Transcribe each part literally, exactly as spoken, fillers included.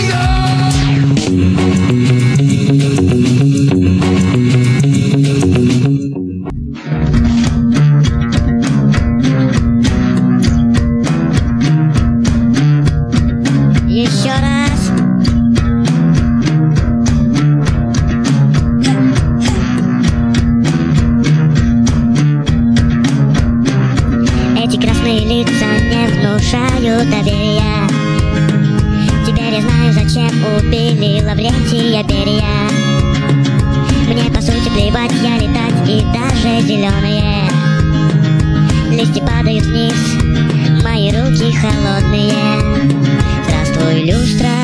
доверия. Теперь я знаю, зачем убили Лаврентия Берия. Мне по сути плевать, я летать и даже зеленые листья падают вниз, мои руки холодные. Здравствуй, люстра,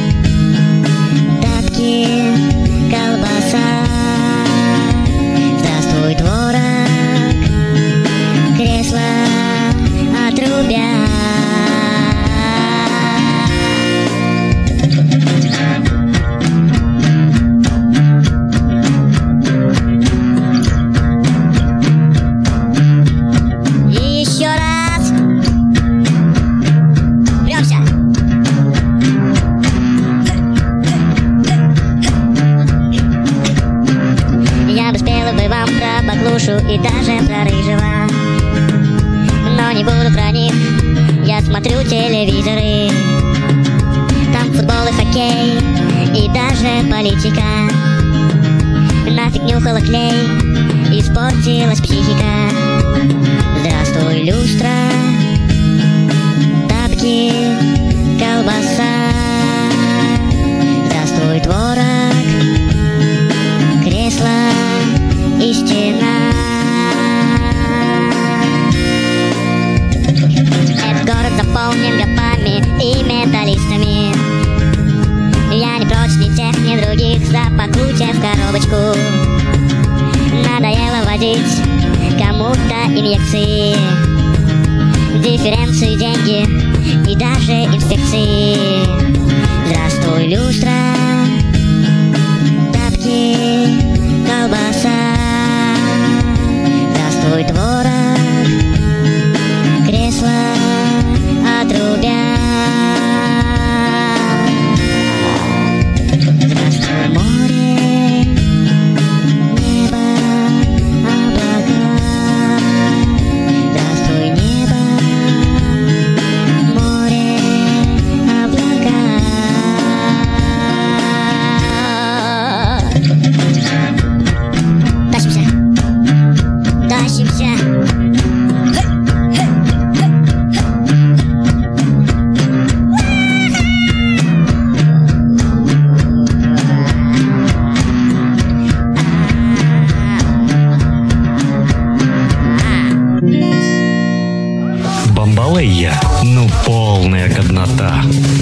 тапки, колбаса. Здравствуй, творог, кресло, отрубят. И даже про рыжего, но не буду про них. Я смотрю телевизоры, там футбол и хоккей, и даже политика. Нафиг нюхала клей, испортилась психика. Здравствуй, люстра, тапки, колбаса. Здравствуй, творог, кресло и стена. Этот город заполнен гопами и металлистами. Я не прочь ни тех, ни других, запакуйте в коробочку. Надоело водить кому-то инъекции, дифференции, деньги и даже инспекции. Здравствуй, люстра, тапки, колбаса. Здравствуй, творог, кресло, отрубят. Здравствуй, море, небо, облака. Здравствуй, небо, море, облака. Тащимся, тащимся. Бамбалея, ну полная годнота.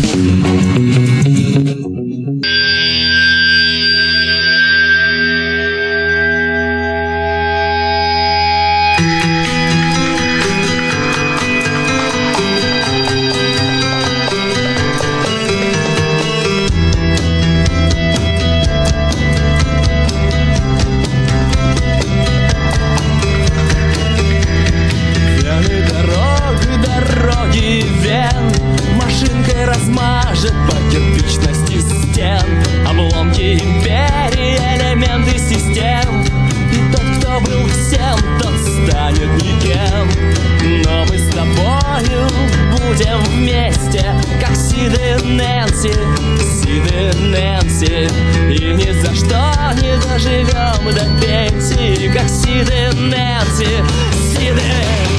Размажет по кирпичности стен обломки империи, элементы систем. И тот, кто был всем, тот станет никем. Но мы с тобою будем вместе, как Сид и Нэнси, Сид и Нэнси. И ни за что не доживем до пенсии, как Сид и Нэнси, Сид и...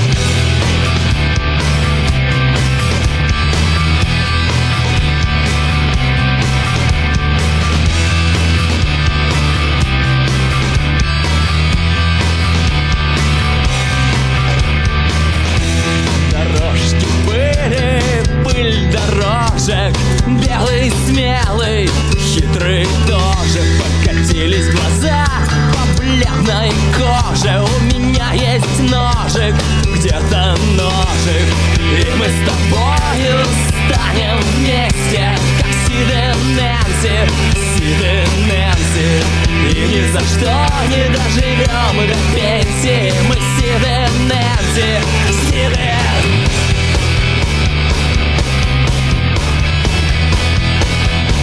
Белый, смелый, хитрый тоже. Покатились глаза по бледной коже. У меня есть ножик, где-то ножик. И мы с тобою станем вместе, как Сид и Нэнси, Сид и Нэнси. И ни за что не доживем до пенсии. Мы Сид и Нэнси, Сид и...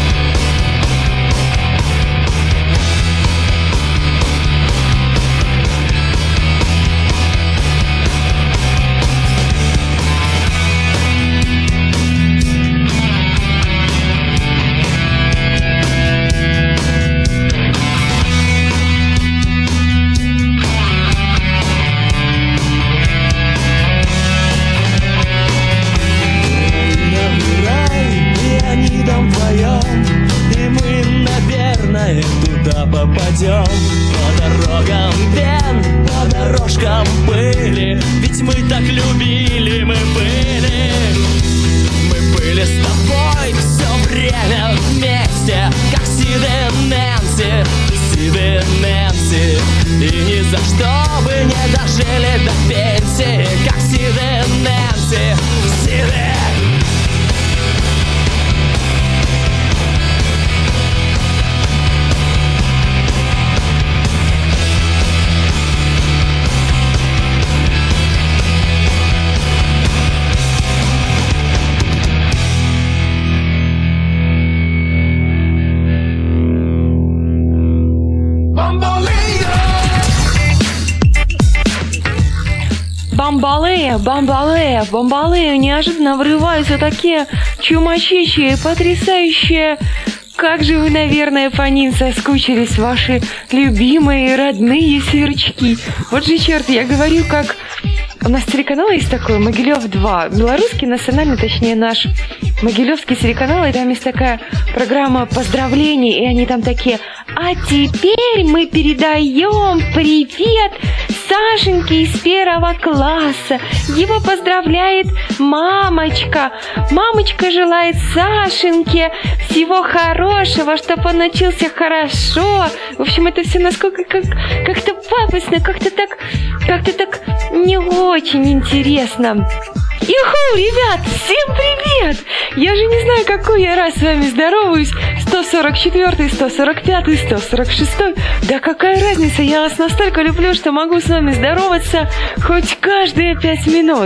идем по дорогам вен, по дорожкам пыли, ведь мы так любили, мы были. Мы были с тобой все время вместе, как Сид и Нэнси, Сид и Нэнси. И ни за что бы не дожили до пенсии, как Сид и Нэнси, Сид и... Бамбалея, бамбалея, бамбалея, неожиданно врываются такие чумачащие, потрясающие. Как же вы, наверное, по ним соскучились, ваши любимые родные сверчки. Вот же черт, я говорю, как... У нас телеканал есть такой, Могилев два. Белорусский, национальный, точнее наш Могилевский телеканал. И там есть такая программа поздравлений. И они там такие: а теперь мы передаем привет Сашеньке из первого класса. Его поздравляет мамочка. Мамочка желает Сашеньке всего хорошего, чтобы он учился хорошо. В общем, это все насколько как, как-то пафосно, как-то так, как-то так не очень интересно. Иху, ребят, всем привет! Я же не знаю, какой я раз с вами здороваюсь. сто сорок четвёртый, сто сорок пятый, сто сорок шестой. Да какая разница, я вас настолько люблю, что могу с вами здороваться хоть каждые пять минут.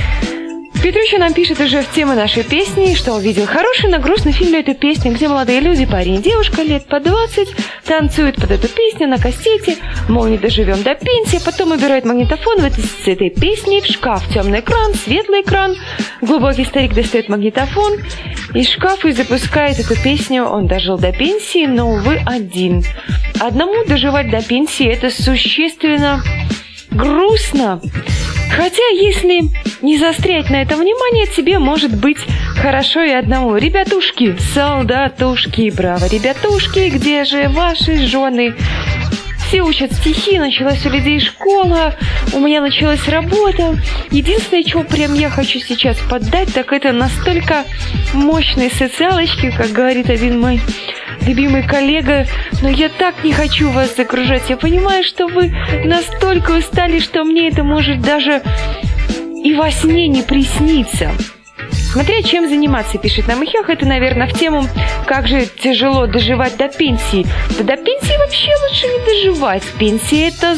Петруща нам пишет уже в тему нашей песни, что увидел хороший, но грустный фильм эту песню, где молодые люди, парень и девушка лет по двадцать, танцуют под эту песню на кассете, мол, не доживем до пенсии, потом убирают магнитофон в этой, с этой песней в шкаф, темный экран, светлый экран, глубокий старик достает магнитофон из шкафа и запускает эту песню. Он дожил до пенсии, но, увы, один. Одному доживать до пенсии — это существенно грустно. Хотя, если не заострять на это внимание, тебе может быть хорошо и одному. Ребятушки, солдатушки, браво, ребятушки, где же ваши жены? Все учат стихи, началась у людей школа, у меня началась работа. Единственное, чего прям я хочу сейчас поддать, так это настолько мощной социалочки, как говорит один мой любимый коллега. Но я так не хочу вас загружать. Я понимаю, что вы настолько устали, что мне это может даже и во сне не присниться. Смотря чем заниматься, пишет нам Ихех, это, наверное, в тему, как же тяжело доживать до пенсии. Да до пенсии вообще лучше не доживать. Пенсия — это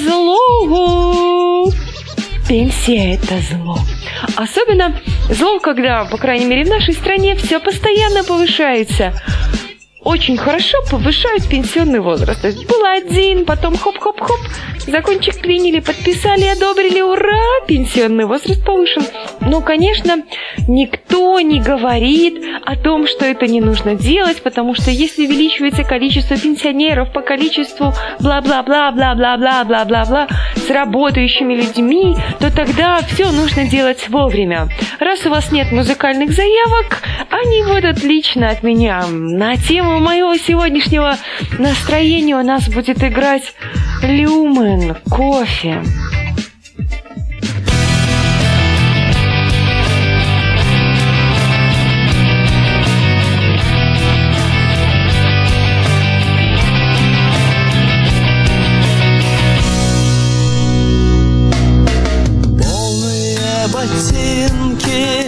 зло. Пенсия — это зло. Особенно зло, когда, по крайней мере, в нашей стране все постоянно повышается. Очень хорошо повышают пенсионный возраст. То есть был один, потом хоп-хоп-хоп, закончик приняли, подписали, одобрили, ура, пенсионный возраст повышен. Но, конечно, никто не говорит о том, что это не нужно делать, потому что если увеличивается количество пенсионеров по количеству бла-бла-бла-бла-бла-бла-бла-бла-бла с работающими людьми, то тогда все нужно делать вовремя. Раз у вас нет музыкальных заявок, они будут лично от меня. На тему моего сегодняшнего настроения у нас будет играть Люмен, кофе. Полные ботинки,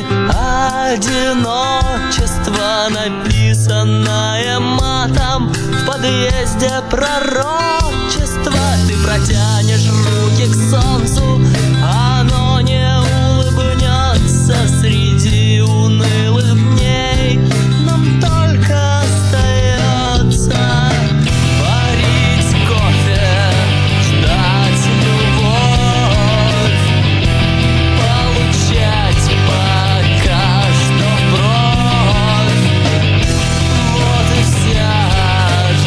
одиночество, написанное матом в подъезде пророчество. Ты протянешь руки к солнцу, оно не улыбнется среди унылых дней. Нам только остается варить кофе, ждать любовь, получать пока что бровь. Вот и вся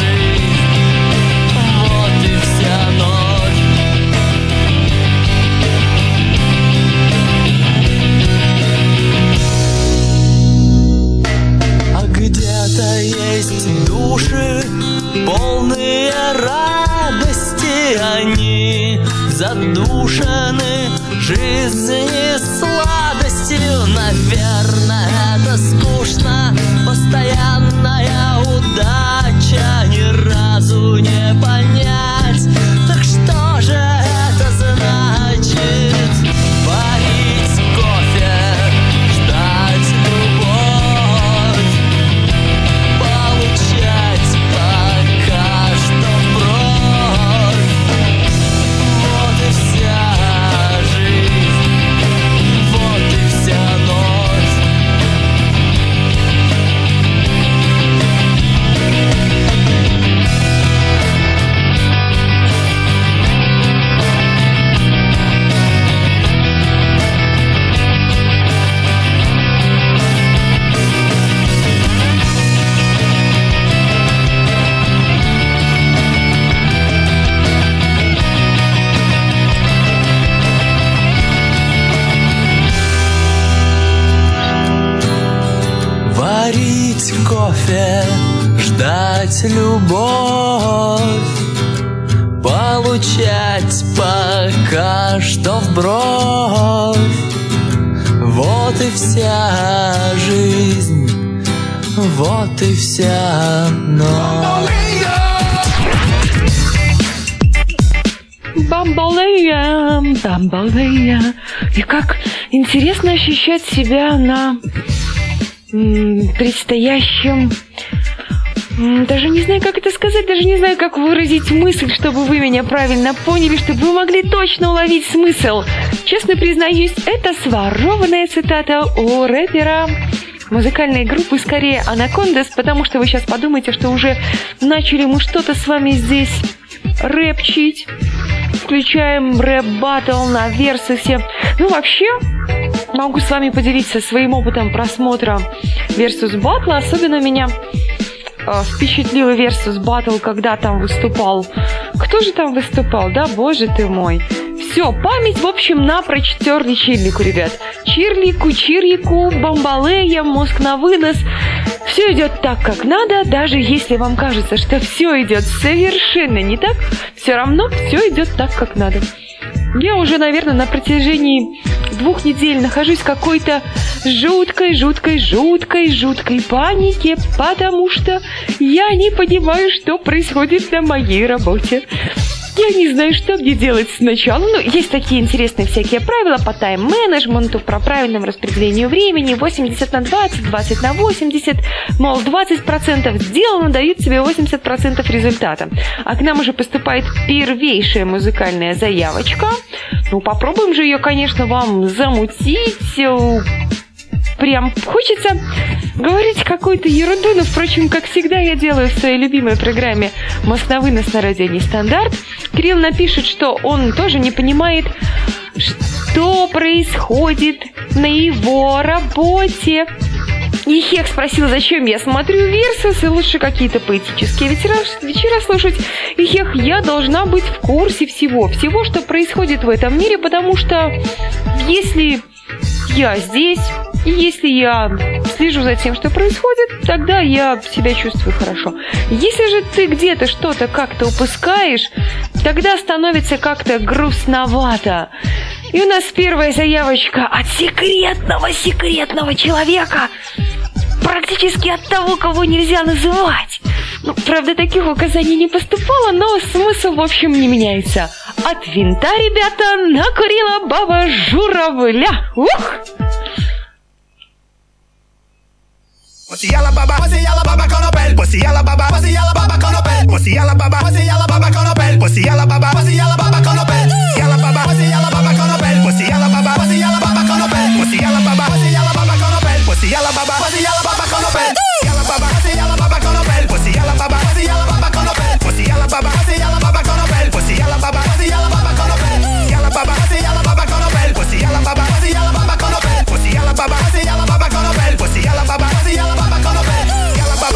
жизнь, вот и вся ночь. отдушины жизни сладостью. Наверное, это скучно, постоянная удача, ни разу не понять. Так что же это значит? Варить кофе, ждать любовь, получать пока что вброс. Вот и вся жизнь, вот и вся ночь. Варить кофе, ждать любовь, получать пока что вброс. Вот и вся жизнь, вот и вся ночь. Бамбалея, бамбалея. И как интересно ощущать себя на м, предстоящем... м, Даже не знаю, как это сказать, даже не знаю, как выразить мысль, чтобы вы меня правильно поняли, чтобы вы могли точно уловить смысл. Честно признаюсь, это сворованная цитата у рэпера музыкальной группы, скорее Анакондас, потому что вы сейчас подумаете, что уже начали мы что-то с вами здесь рэпчить. Включаем рэп-баттл на Версусе. Ну, вообще, могу с вами поделиться своим опытом просмотра Versus Battle. Особенно меня э, впечатлила Versus Battle, когда там выступал. Кто же там выступал? Да, боже ты мой. Все, память, в общем, напрочь стерли Чирлику, ребят. Чирлику, Чирлику, Бамбалея, мозг на вынос. Все идет так, как надо, даже если вам кажется, что все идет совершенно не так, все равно все идет так, как надо. Я уже, наверное, на протяжении двух недель нахожусь в какой-то жуткой, жуткой, жуткой, жуткой панике, потому что я не понимаю, что происходит на моей работе. Я не знаю, что мне делать сначала. Ну, есть такие интересные всякие правила по тайм-менеджменту, про правильном распределению времени, восемьдесят на двадцать, двадцать на восемьдесят. Мол, двадцать процентов сделано, дают тебе восемьдесят процентов результата. А к нам уже поступает первейшая музыкальная заявочка. Ну, попробуем же ее, конечно, вам замутить. Прям хочется говорить какую-то ерунду, но, впрочем, как всегда я делаю в своей любимой программе «Мозг на вынос» на радио «Нестандарт». Кирилл напишет, что он тоже не понимает, что происходит на его работе. И Хек спросил, зачем я смотрю Версус, и лучше какие-то поэтические вечера, вечера слушать. И Хек, я должна быть в курсе всего, всего, что происходит в этом мире, потому что если я здесь, и если я слежу за тем, что происходит, тогда я себя чувствую хорошо. Если же ты где-то что-то как-то упускаешь, тогда становится как-то грустновато. И у нас первая заявочка от секретного-секретного человека. Практически от того, кого нельзя называть. Ну, правда, таких указаний не поступало, но смысл, в общем, не меняется. От винта, ребята, накурила баба журавля. Ух! Pues si a la baba, pues si a la baba con Opel, pues si a la baba, pues si a la baba con Opel, pues si a la baba, pues si a la baba con Opel, pues si a la baba, pues si a la baba con Opel, si a la baba, pues si a la baba con Opel, pues si a la baba, pues si a la baba con Opel, pues si a la baba, pues si a la baba con Opel, pues si a la baba, pues si a la baba con Opel, si a la baba, pues si a la baba con Opel, pues si a la baba, pues si a la baba con Opel, pues si a la baba, pues si a la baba con Opel, pues si a la baba, pues si a la baba con Opel, si a la baba, pues si a la baba con Opel, pues si a la baba, pues si a la baba con Opel, pues si a la baba, pues si a la baba con Opel, pues si a la baba, pues si a la baba con Opel.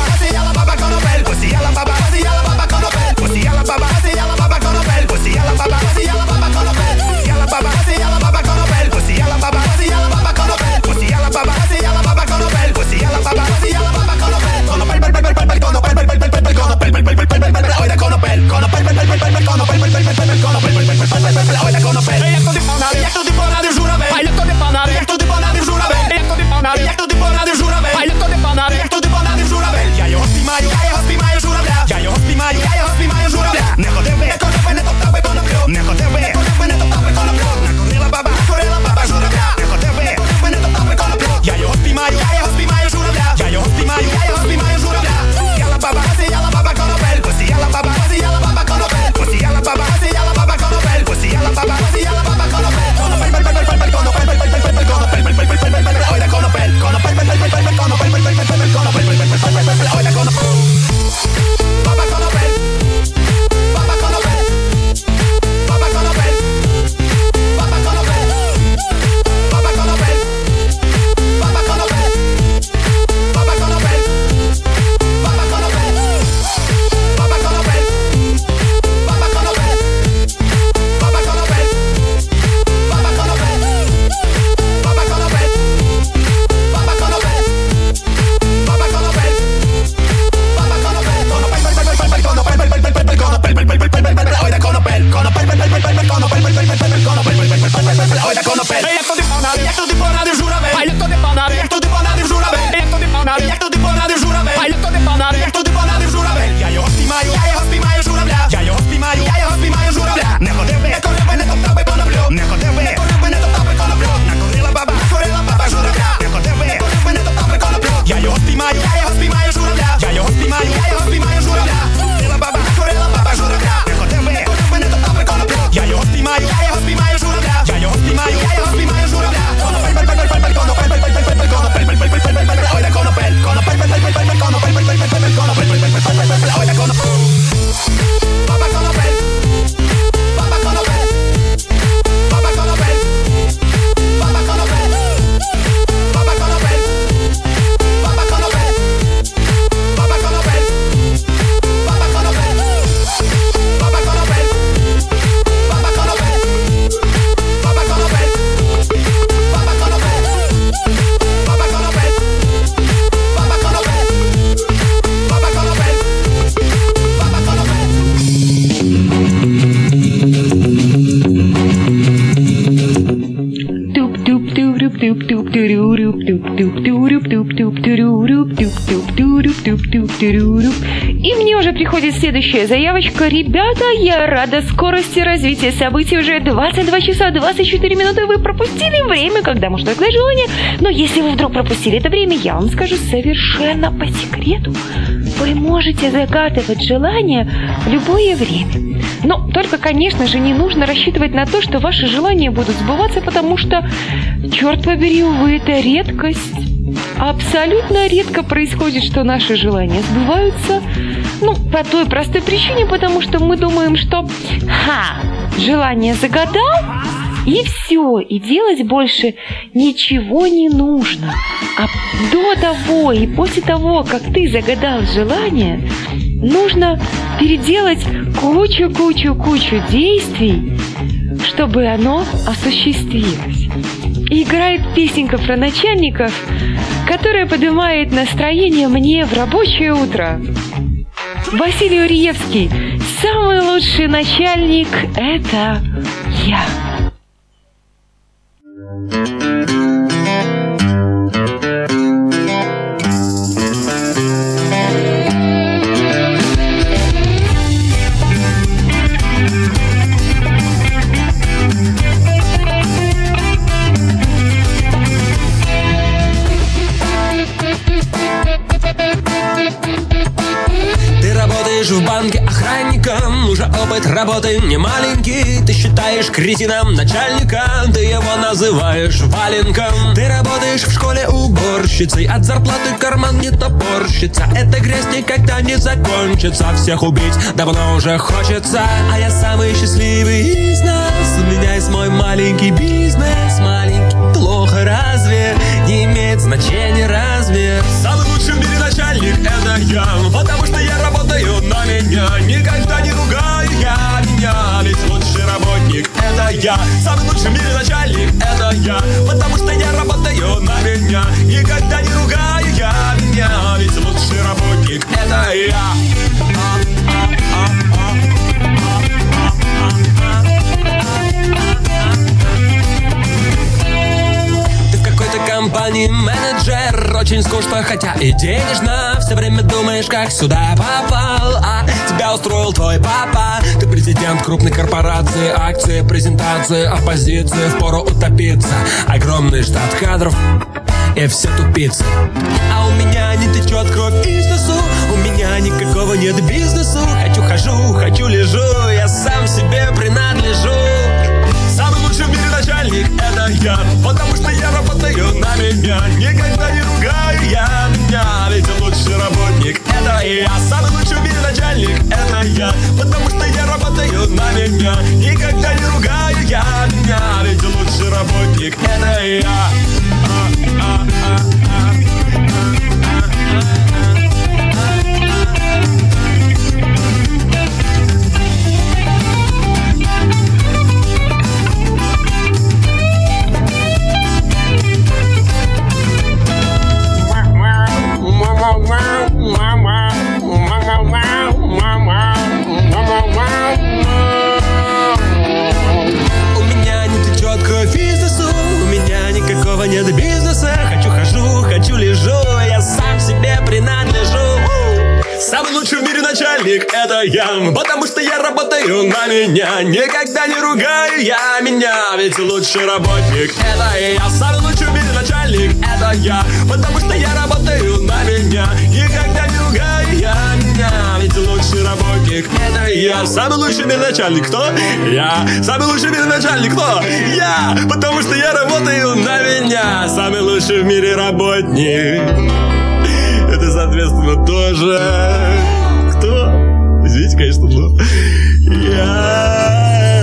И мне уже приходит следующая заявочка. Ребята, я рада скорости развития событий. Уже двадцать два часа двадцать четыре минуты. Вы пропустили время, когда можно сказать желание. Но если вы вдруг пропустили это время, я вам скажу совершенно по секрету. Вы можете загадывать желание в любое время. Но только, конечно же, не нужно рассчитывать на то, что ваши желания будут сбываться, потому что, черт побери, увы, это редкость. Абсолютно редко происходит, что наши желания сбываются. Ну, по той простой причине, потому что мы думаем, что ха, желание загадал, и все, и делать больше ничего не нужно. А до того и после того, как ты загадал желание, нужно переделать кучу-кучу-кучу действий, чтобы оно осуществилось. И играет песенка про начальников, которая поднимает настроение мне в рабочее утро. Василий Уриевский. Самый лучший начальник – это я. В банке охранником, уже опыт работы не маленький. Ты считаешь кретином начальника, ты его называешь валенком. Ты работаешь в школе уборщицей, от зарплаты карман не топорщится. Эта грязь никогда не закончится, всех убить давно уже хочется. А я самый счастливый из нас, у меня есть мой маленький бизнес. Маленький, плохо разве, не имеет значения размер. Самый лучший в мире начальник — это я, потому что я работаю на меня. Никогда не ругаю я меня, ведь лучший работник — это я. Самый лучший в мире начальник — это я, потому что я работаю на меня. Никогда не ругаю я меня, ведь лучший работник — это я. Компании менеджер, очень скучно, хотя и денежно. Все время думаешь, как сюда попал, а тебя устроил твой папа. Ты президент крупной корпорации, акции, презентации, оппозиции, впору утопиться. Огромный штат кадров и все тупицы. А у меня не течет кровь из носу, у меня никакого нет бизнесу. Хочу хожу, хочу лежу, я сам себе принадлежу. Самый лучший в мире начальник — это я, потому что я работаю на меня. Никогда не ругаю я меня, ведь лучший работник — это я. Самый лучший в мире начальник — это я, потому что я работаю на меня. Никогда не ругаю я меня, ведь лучший работник — это я. Нет бизнеса, хочу хожу, хочу лежу, я сам себе принадлежу. Самый лучший в мире начальник — это я, потому что я работаю на меня. Никогда не ругаю я меня, ведь лучший работник — это я. Самый лучший в мире начальник — это я, потому что я работаю на меня. Никогда не ругаю я меня, ведь лучший работник — это я. Самый лучший в мире начальник — кто? Я. Самый лучший в мире начальник — кто? Я, потому что я работаю на меня. Самый лучший в мире работник — это, соответственно, тоже кто? Извините, конечно, но я.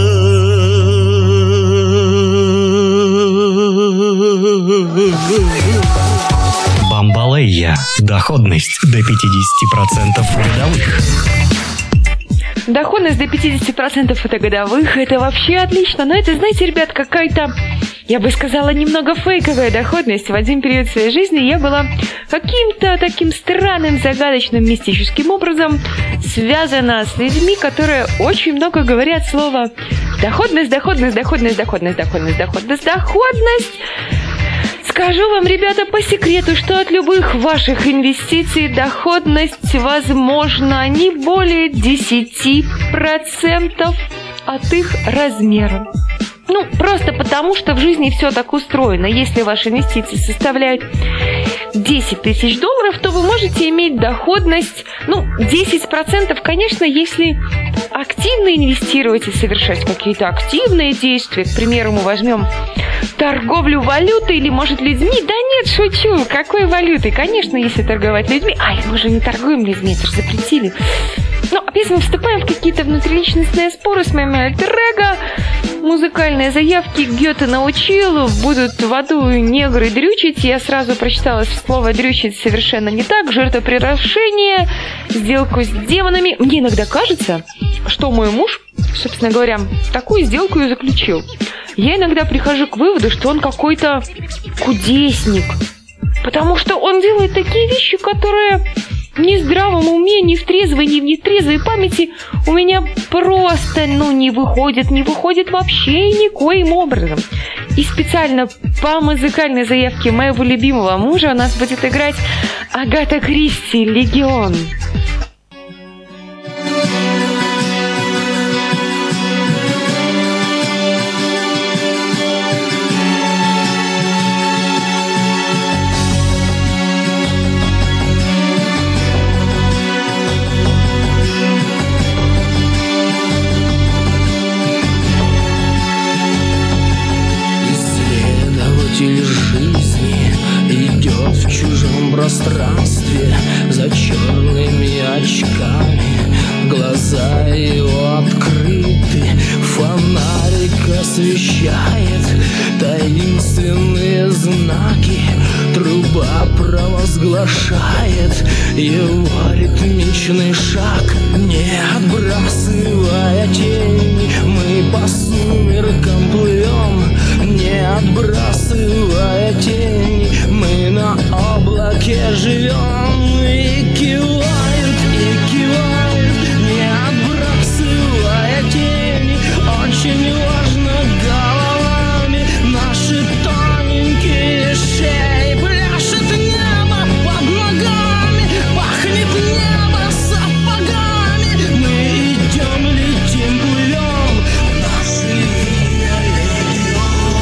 Бамбалея. Доходность до пятьдесят процентов годовых. Доходность до пятьдесят процентов это годовых. Это вообще отлично. Но это, знаете, ребят, какая-то, я бы сказала, немного фейковая доходность. В один период своей жизни я была каким-то таким странным, загадочным, мистическим образом связана с людьми, которые очень много говорят слово доходность, доходность, доходность, доходность, доходность, доходность, доходность. Скажу вам, ребята, по секрету, что от любых ваших инвестиций доходность возможна не более десять процентов от их размера. Ну, просто потому, что в жизни все так устроено. Если ваши инвестиции составляют десять тысяч долларов, то вы можете иметь доходность, ну, десять процентов, конечно, если активно инвестировать и совершать какие-то активные действия. К примеру, мы возьмем торговлю валютой или, может, людьми. Да нет, шучу. Какой валютой? Конечно, если торговать людьми. Ай, мы же не торгуем людьми, это же запретили. Ну, если мы вступаем в какие-то внутриличностные споры с моими альтер-эго, музыкальные заявки Гёте научил, будут в аду негры дрючить. Я сразу прочитала слово «дрючить» совершенно не так. Жертвоприношение, сделку с демонами. Мне иногда кажется, что мой муж, собственно говоря, такую сделку и заключил. Я иногда прихожу к выводу, что он какой-то кудесник. Потому что он делает такие вещи, которые ни в здравом уме, ни в трезвой, ни в нетрезвой памяти у меня просто, ну, не выходит, не выходит вообще никоим образом. И специально по музыкальной заявке моего любимого мужа у нас будет играть Агата Кристи «Легион». Жизни идет в чужом пространстве за черными очками. Глаза его открыты, фонарик освещает таинственные знаки. Труба провозглашает его ритмичный шаг, не отбрасывая тени. Мы по сумеркам плывем, не отбрасывая тени. Мы на облаке живем и кивают, и кивают, не отбрасывая тени. Очень важно головами наши тоненькие шеи. Пляшет небо под ногами, пахнет небо сапогами. Мы идем, летим, плывем, наши имя легион.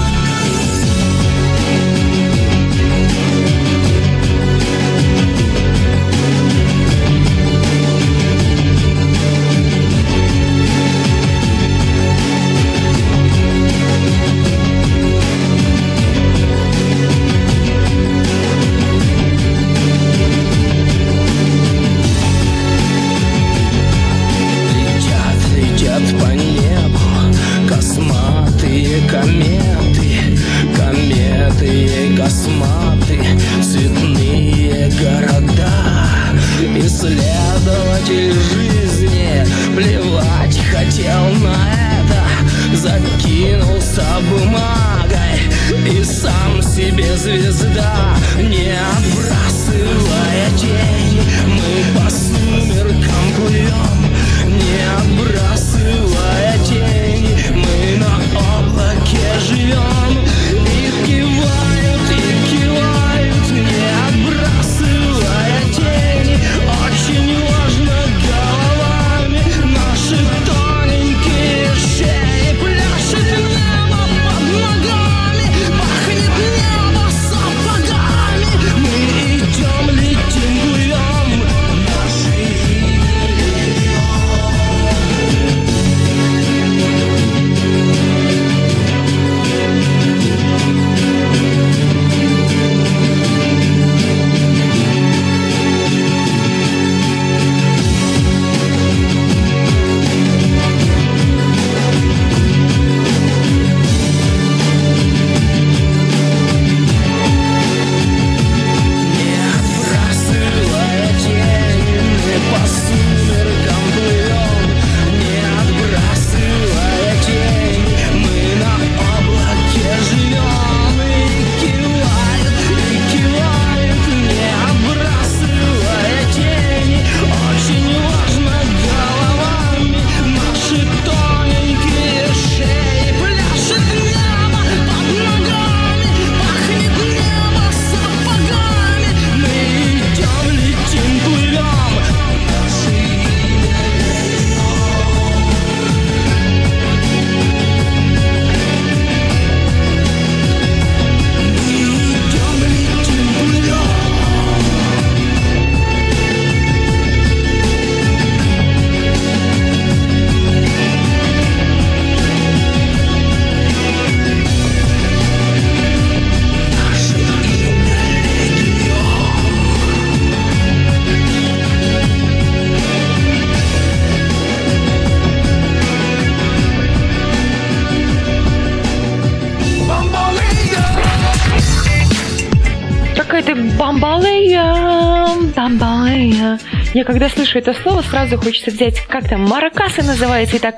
По небу косматые кометы, кометы и косматы, цветные города. Исследователь жизни плевать хотел на это, закинулся бумагой и сам себе звезда. Не отбрасывая тени, мы по сумеркам плывем, не отбрасывая тени. Мы на облаке живем и кивают, и кивают, не отбрасывая тени. Очень важно головами наши тоненькие шеи. Пляшет небо под ногами, пахнет небо сапогами. Мы идем, летим, плывем, Да, я когда слышу это слово, сразу хочется взять, как там, маракасы называется, и так...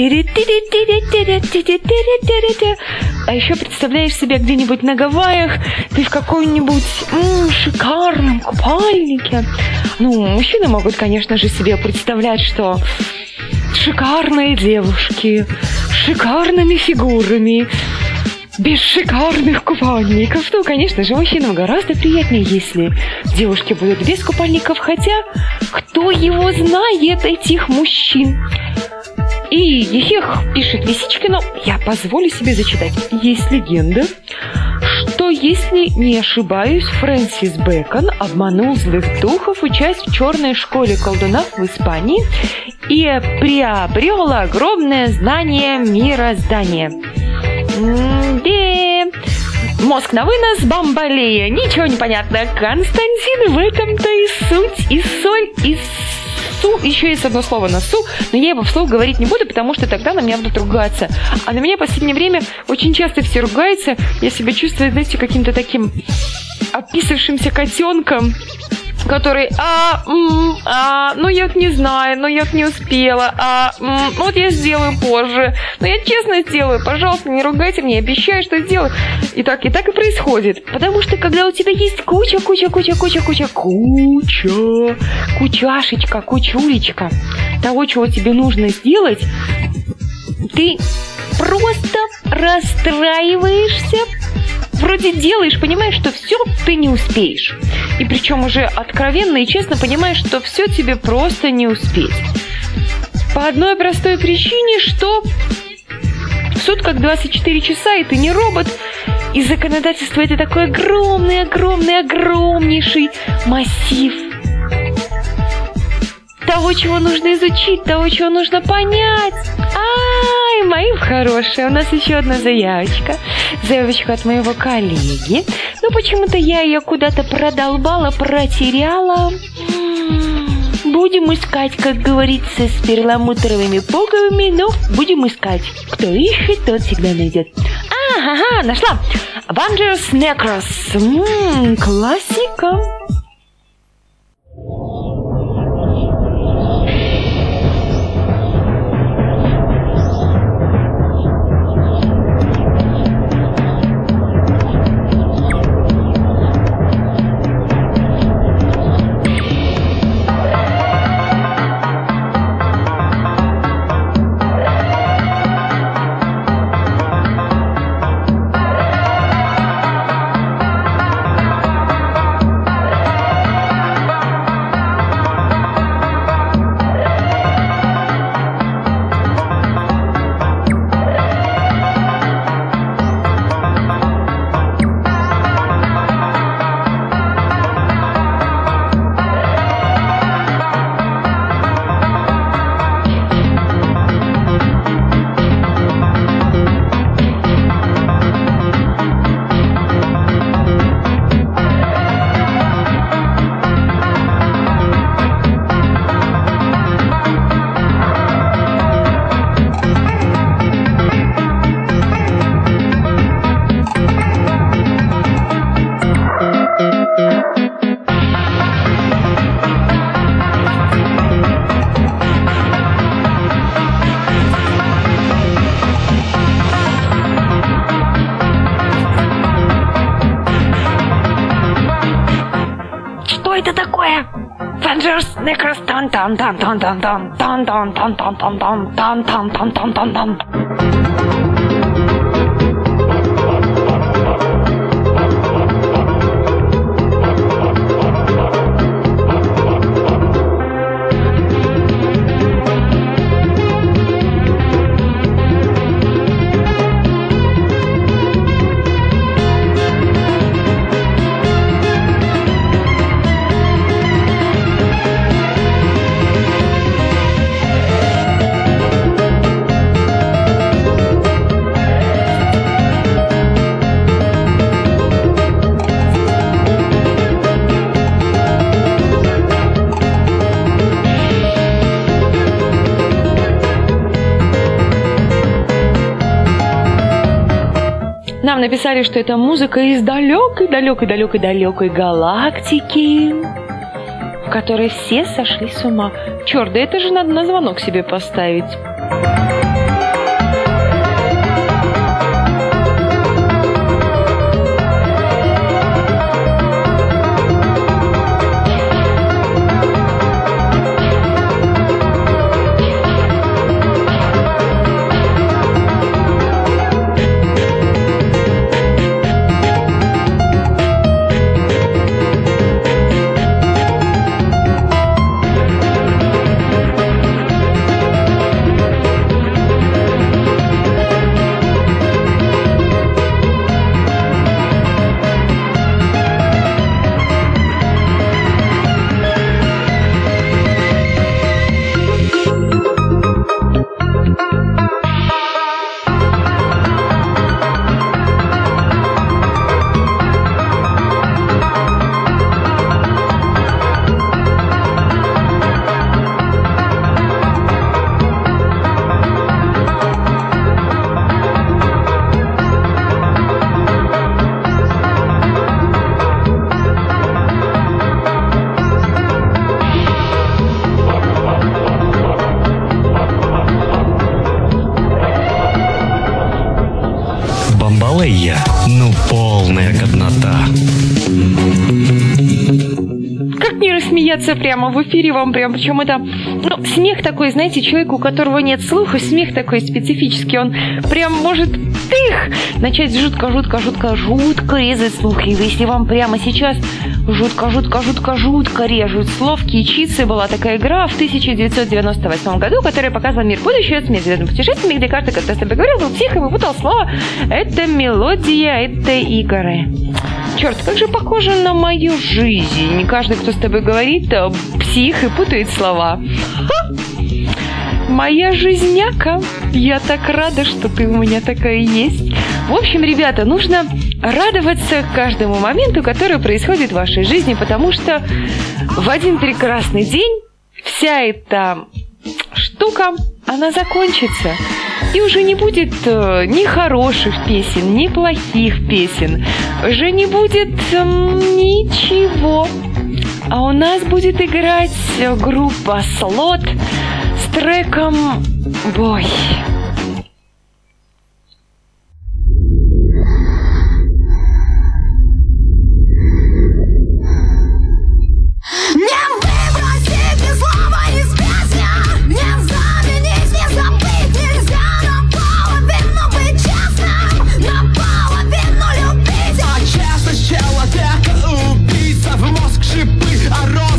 А еще представляешь себя где-нибудь на Гавайях, ты в каком-нибудь м, шикарном купальнике. Ну, мужчины могут, конечно же, себе представлять, что шикарные девушки, с шикарными фигурами, без шикарных купальников. Ну, конечно же, мужчинам гораздо приятнее, если девушки будут без купальников, хотя кто его знает, этих мужчин. И Ехех пишет Лисичкину, я позволю себе зачитать. Есть легенда, что, если не ошибаюсь, Фрэнсис Бэкон обманул злых духов, учась в черной школе колдунов в Испании, и приобрел огромное знание мироздания. Да. Мозг на вынос, бамбалея. Ничего не понятно. Константин, в этом-то и суть, и соль, и су. Еще есть одно слово на су, но я его вслух говорить не буду, потому что тогда на меня будут ругаться. А на меня в последнее время очень часто все ругаются. Я себя чувствую, знаете, каким-то таким описавшимся котенком, который, а, м, а, ну я не знаю, ну я не успела, а, м, вот я сделаю позже, но я честно сделаю, пожалуйста, не ругайте меня, обещаю, что сделаю. И так, и так и происходит, потому что когда у тебя есть куча, куча, куча, куча, куча, куча, кучашечка, кучулечка того, чего тебе нужно сделать, ты просто расстраиваешься. Вроде делаешь, понимаешь, что все ты не успеешь. И причем уже откровенно и честно понимаешь, что все тебе просто не успеть. По одной простой причине, что в сутках двадцать четыре часа, и ты не робот. И законодательство — это такой огромный, огромный, огромнейший массив того, чего нужно изучить, того, чего нужно понять. Ай, мои хорошие, у нас еще одна заявочка. Заявочка от моего коллеги. Но почему-то я ее куда-то продолбала, протеряла. Будем искать, как говорится, с перламутровыми пуговыми. Ну, будем искать. Кто ищет, тот всегда найдет. Ага, нашла. Avengers Necros. М-м, классика. Avengers Necros тан тан тан тан тан тан тан тан тан тан тан тан тан тан тан тан тан. Нам написали, что это музыка из далекой-далекой-далекой-далекой галактики. в которой все сошли с ума. Черт, да это же надо на звонок себе поставить. Бамбалея, ну полная годнота. Как не рассмеяться прямо в эфире вам прям, причем это, ну, смех такой, знаете, человек, у которого нет слуха, смех такой специфический, он прям может тых, начать жутко-жутко-жутко-жутко резать слух. И если вам прямо сейчас жутко-жутко-жутко-жутко режут слов, Кичицы была такая игра в тысяча девятьсот девяносто восьмом году, которая показывала мир будущего с медведным путешествиями, где каждый, когда с тобой говорил, был тихо, выпутал слово. Это мелодия этой игры. Черт, как же похоже на мою жизнь. Не каждый, кто с тобой говорит, псих и путает слова. Ха! Моя жизняка. Я так рада, что ты у меня такая есть. В общем, ребята, нужно радоваться каждому моменту, который происходит в вашей жизни, потому что в один прекрасный день вся эта штука, она закончится. И уже не будет э, ни хороших песен, ни плохих песен. Уже не будет э, ничего. А у нас будет играть группа Слот с треком «Бой».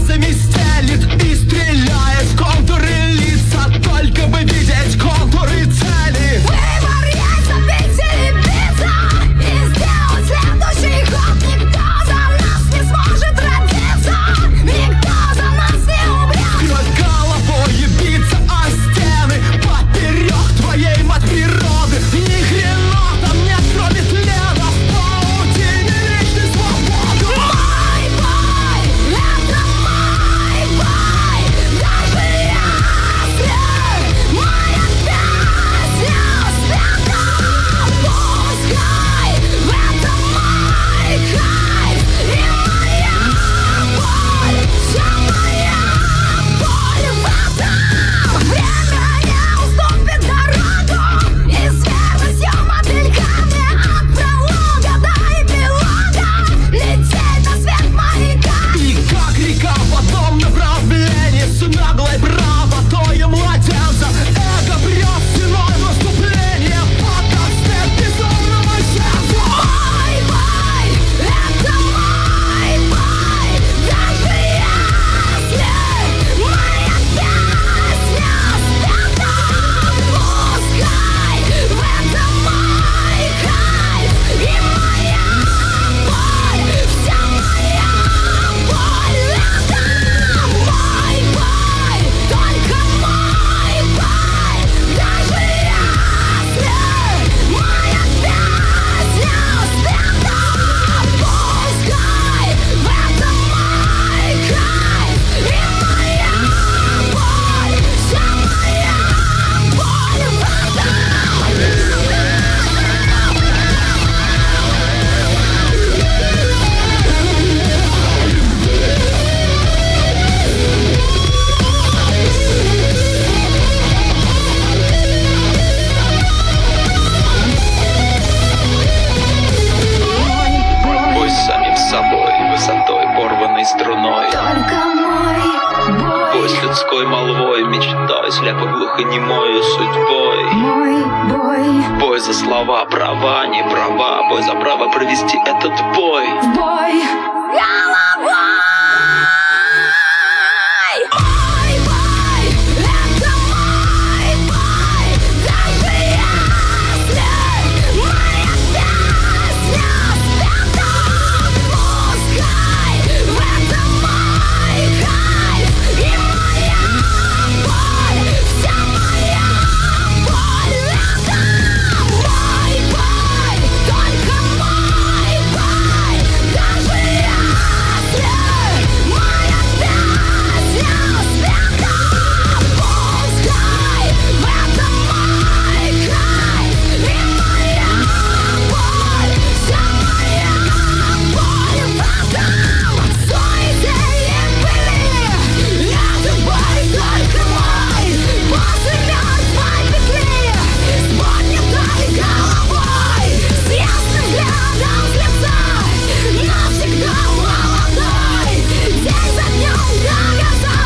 Стелит и стреляет в контуры лица, только бы видеть контуры городской молвой, мечтой слепо глухонемою судьбой. Мой бой, Бой за слова, права, не права, бой за право провести этот бой. бой, головой. Мой бой, это мой бой. Даже если моя песня спета, пускай в этом мой кайф и моя боль, вся моя боль. Это мой бой, только мой бой. Даже если моя песня спета, пускай в этом мой кайф и моя боль, вся моя боль. Потом суете и пыли, этот бой только мой. После мертвой петли с поднятой головой, с ясным взглядом с лица, навсегда молодой. День за днем до конца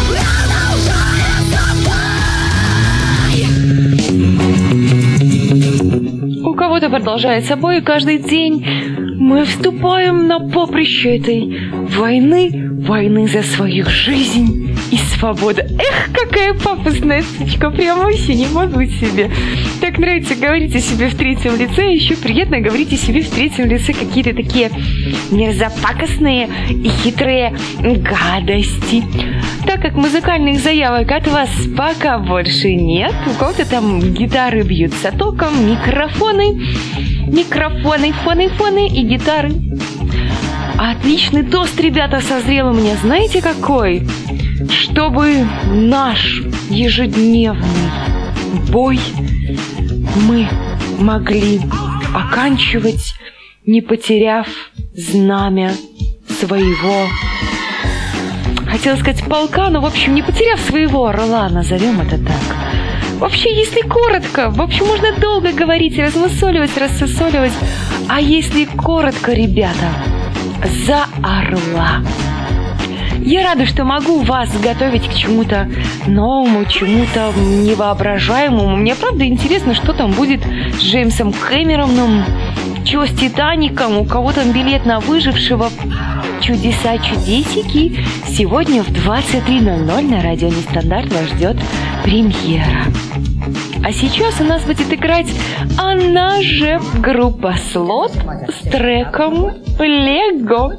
продолжается бой. У кого-то продолжается бой, и каждый день мы вступаем на поприще этой войны, войны за свою жизнь и свободу. Эх, какая пафосная сучка, прямо вообще не могу себе. Так нравится говорить о себе в третьем лице, еще приятно говорить о себе в третьем лице какие-то такие мерзопакостные и хитрые гадости. Так как музыкальных заявок от вас пока больше нет, у кого-то там гитары бьются током, микрофоны, микрофоны, фоны, фоны и гитары. Отличный тост, ребята, созрел у меня, знаете какой? Чтобы наш ежедневный бой мы могли оканчивать, не потеряв знамя своего, хотела сказать полка, но, в общем, не потеряв своего орла, назовем это так. Вообще, если коротко, в общем, можно долго говорить, размусоливать, рассусоливать. А если коротко, ребята, за орла. Я рада, что могу вас готовить к чему-то новому, чему-то невоображаемому. Мне правда интересно, что там будет с Джеймсом Кэмероном, что с Титаником, у кого там билет на выжившего. Чудеса, чудесики. Сегодня в двадцать три ноль ноль на радио Нестандарт вас ждет премьера. А сейчас у нас будет играть она же группа Слот с треком «Лего».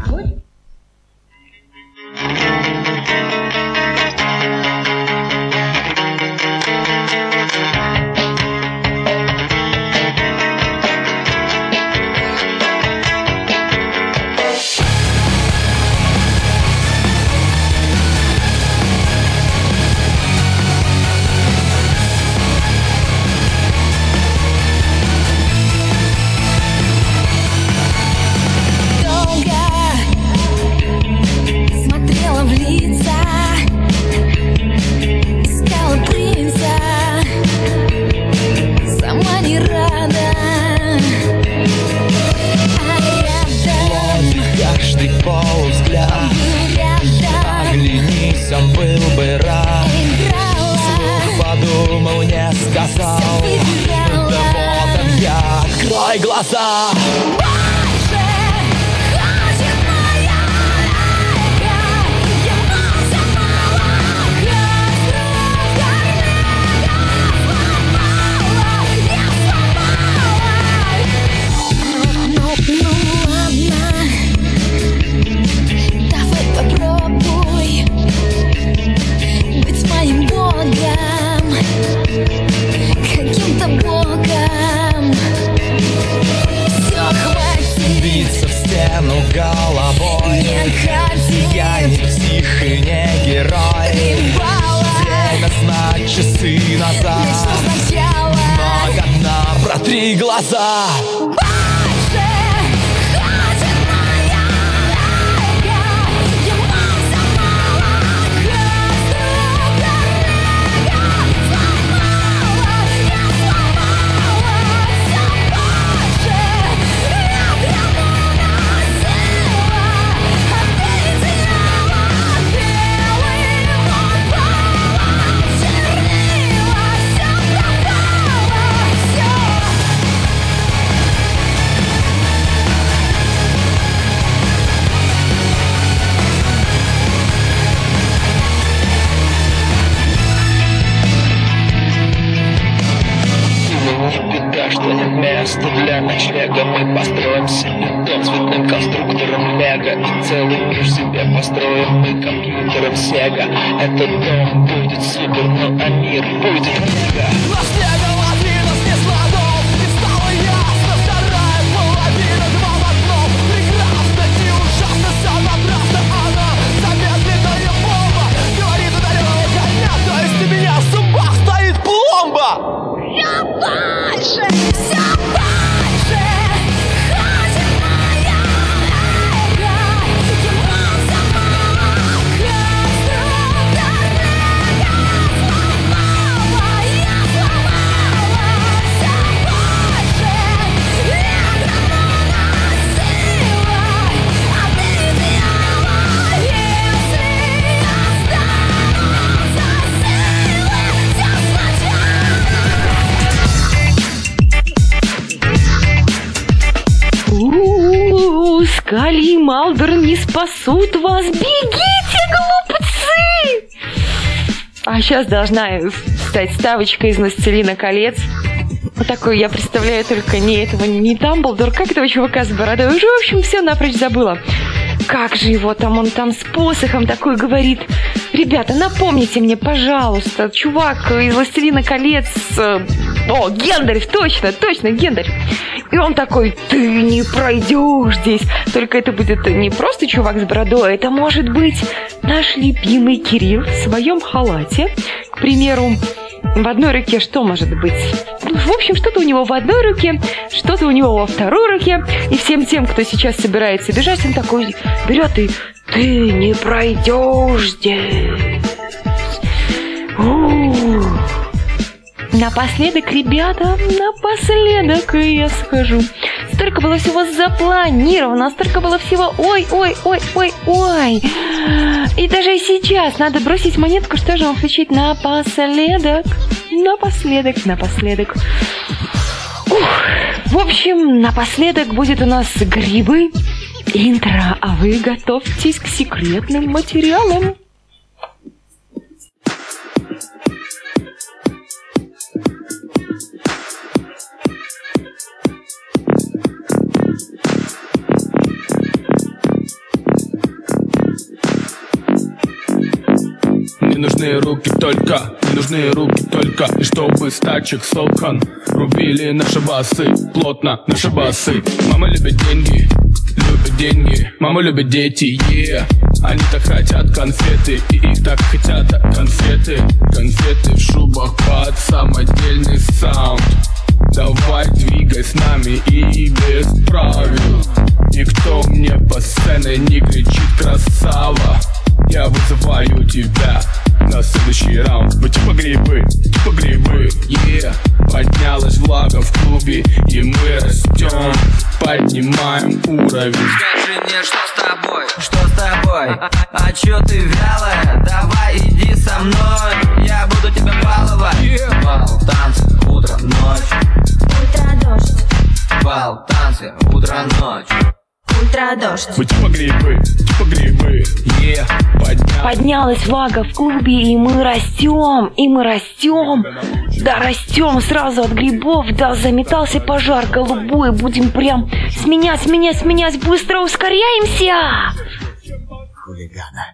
Глаза. Головой я не псих и не герой. Время знать часы назад, но одна протри глаза. Bye. ночлега. Мы построим себе дом цветным конструктором Лего и целый мир себе построим мы компьютером Сега. Этот дом будет супер, но а мир будет мега. На снега лавина снесла дом, и стало ясно, вторая половина, два в одном. Прекрасно и ужасно, все напрасно, она замедленная бомба. Говорит ударенного коня, то есть у меня в зубах стоит пломба. Я больше, все больше, хочет моя эго. Ему сама конструктор Лего. Сломала, я сломала, все больше, огромная сила. А ты сделала, если останутся силы, все сначала. У-у-у, Скали и Малдер не спасут вас. Бегите, глупцы! А сейчас должна стать ставочка из «Властелина колец». Вот такой я представляю, только не этого, не Дамблдор, как этого чувака с бородой. Уже, в общем, все напрочь забыла. Как же его там, он там с посохом такой говорит. Ребята, напомните мне, пожалуйста, чувак из «Властелина колец». э, О, Гендальф, точно, точно, Гендальф. И он такой: ты не пройдешь здесь. Только это будет не просто чувак с бородой, это может быть наш любимый Кирилл в своем халате. К примеру, в одной руке что может быть? Ну, в общем, что-то у него в одной руке, что-то у него во второй руке. И всем тем, кто сейчас собирается бежать, он такой берет и: ты не пройдешь здесь. У-у-у. Напоследок, ребята, напоследок я скажу. Столько было всего запланировано, столько было всего ой-ой-ой-ой-ой. И даже сейчас надо бросить монетку, что же вам включить напоследок. Напоследок, напоследок. Ух. В общем, напоследок будет у нас грибы, интро, а вы готовьтесь к секретным материалам. Мне нужны руки только, мне нужны руки только. И чтобы с тачек Солхан рубили наши басы, плотно наши басы. Мама любит деньги, любит деньги. Мама любит дети, yeah. Они так хотят конфеты, и их так хотят конфеты. Конфеты в шубах под самодельный саунд. Давай двигай с нами и без правил. Никто мне по сцене не кричит красава. Я вызываю тебя на следующий раунд. Мы типа грибы, типа грибы, yeah. Поднялась влага в клубе, и мы растем, поднимаем уровень. Скажи мне, что с тобой, что с тобой? А, а чё ты вялая? Давай иди со мной, я буду тебя баловать. yeah. Бал, танцы, утро, ночь. Ультрадождь, Бал, танцы, утро, ночь. ультрадождь. Мы типа грибы, типа грибы, yeah. Поднялась. Поднялась влага в клубе, и мы растем, и мы растем. Да, растем сразу от грибов, да, заметался пожар голубой. Будем прям сменять, сменять, сменять, быстро ускоряемся. Хулигана.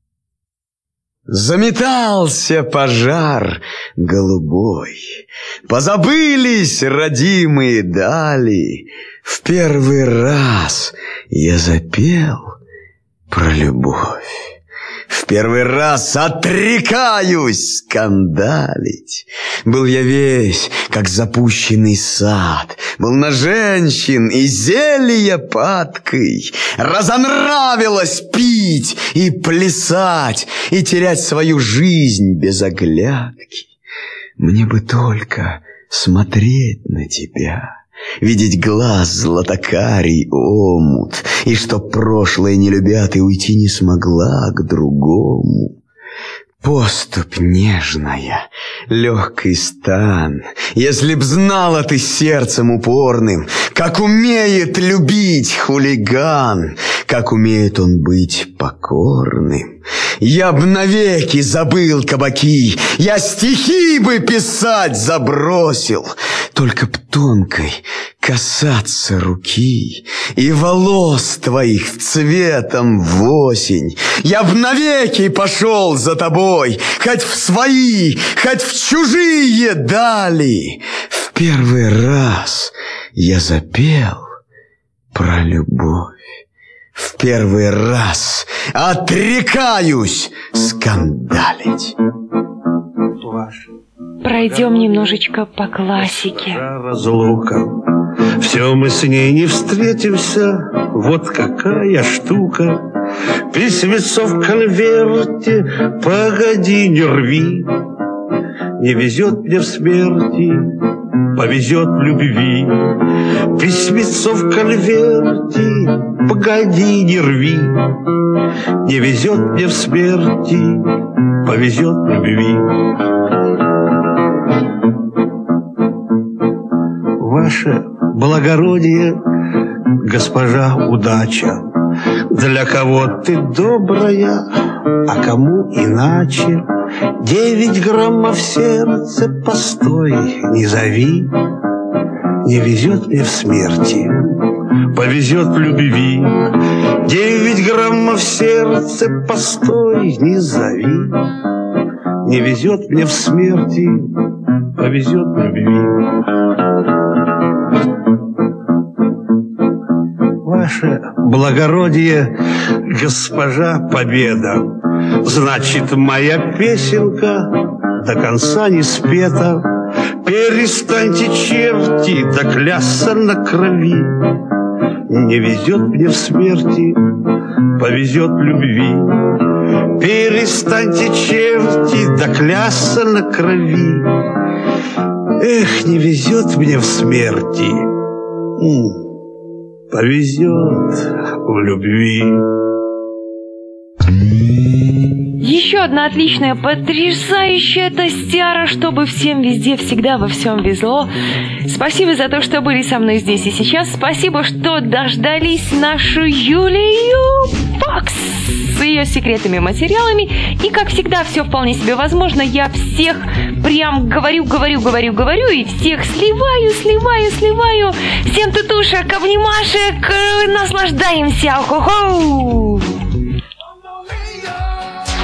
Заметался пожар голубой. Позабылись родимые дали. В первый раз я запел про любовь. В первый раз отрекаюсь скандалить. Был я весь, как запущенный сад. Был на женщин и зелья падкой. Разонравилось пить и плясать, и терять свою жизнь без оглядки. Мне бы только смотреть на тебя, видеть глаз златокарий омут, и чтоб прошлое не любя, ты уйти не смогла к другому. Поступь нежная, легкий стан, если б знала ты сердцем упорным, как умеет любить хулиган, как умеет он быть покорным. Я б навеки забыл кабаки, я стихи бы писать забросил, только б тонкой касаться руки и волос твоих цветом в осень. Я б навеки пошел за тобой, хоть в свои, хоть в чужие дали. В первый раз я запел про любовь. В первый раз отрекаюсь скандалить. Пройдем немножечко по классике. Разлука. Все мы с ней не встретимся. Вот какая штука. Письмецо в конверте. Погоди, не рви. Не везет мне в смерти, повезет в любви. Письмецо в конверте. Погоди, не рви. Не везет мне в смерти, повезет в любви. Ваше благородие, госпожа удача, для кого ты добрая, а кому иначе. Девять граммов в сердце, постой, не зови. Не везет мне в смерти, повезет в любви. Девять граммов в сердце, постой, не зови. Не везет мне в смерти, повезет в любви. Ваше благородие, госпожа Победа, значит, моя песенка до конца не спета. Перестаньте, черти, доклясться на крови. Не везет мне в смерти, повезет в любви. Перестаньте, черти, доклясться на крови. Эх, не везет мне в смерти, повезет в любви. Еще одна отличная, потрясающая тостяра, чтобы всем везде, всегда, во всем везло. Спасибо за то, что были со мной здесь и сейчас. Спасибо, что дождались нашу Юлию Фокс с ее секретными материалами. И, как всегда, все вполне себе возможно. Я всех прям говорю, говорю, говорю, говорю, и всех сливаю, сливаю, сливаю. Всем тутушек, обнимашек, наслаждаемся. Хо-хо!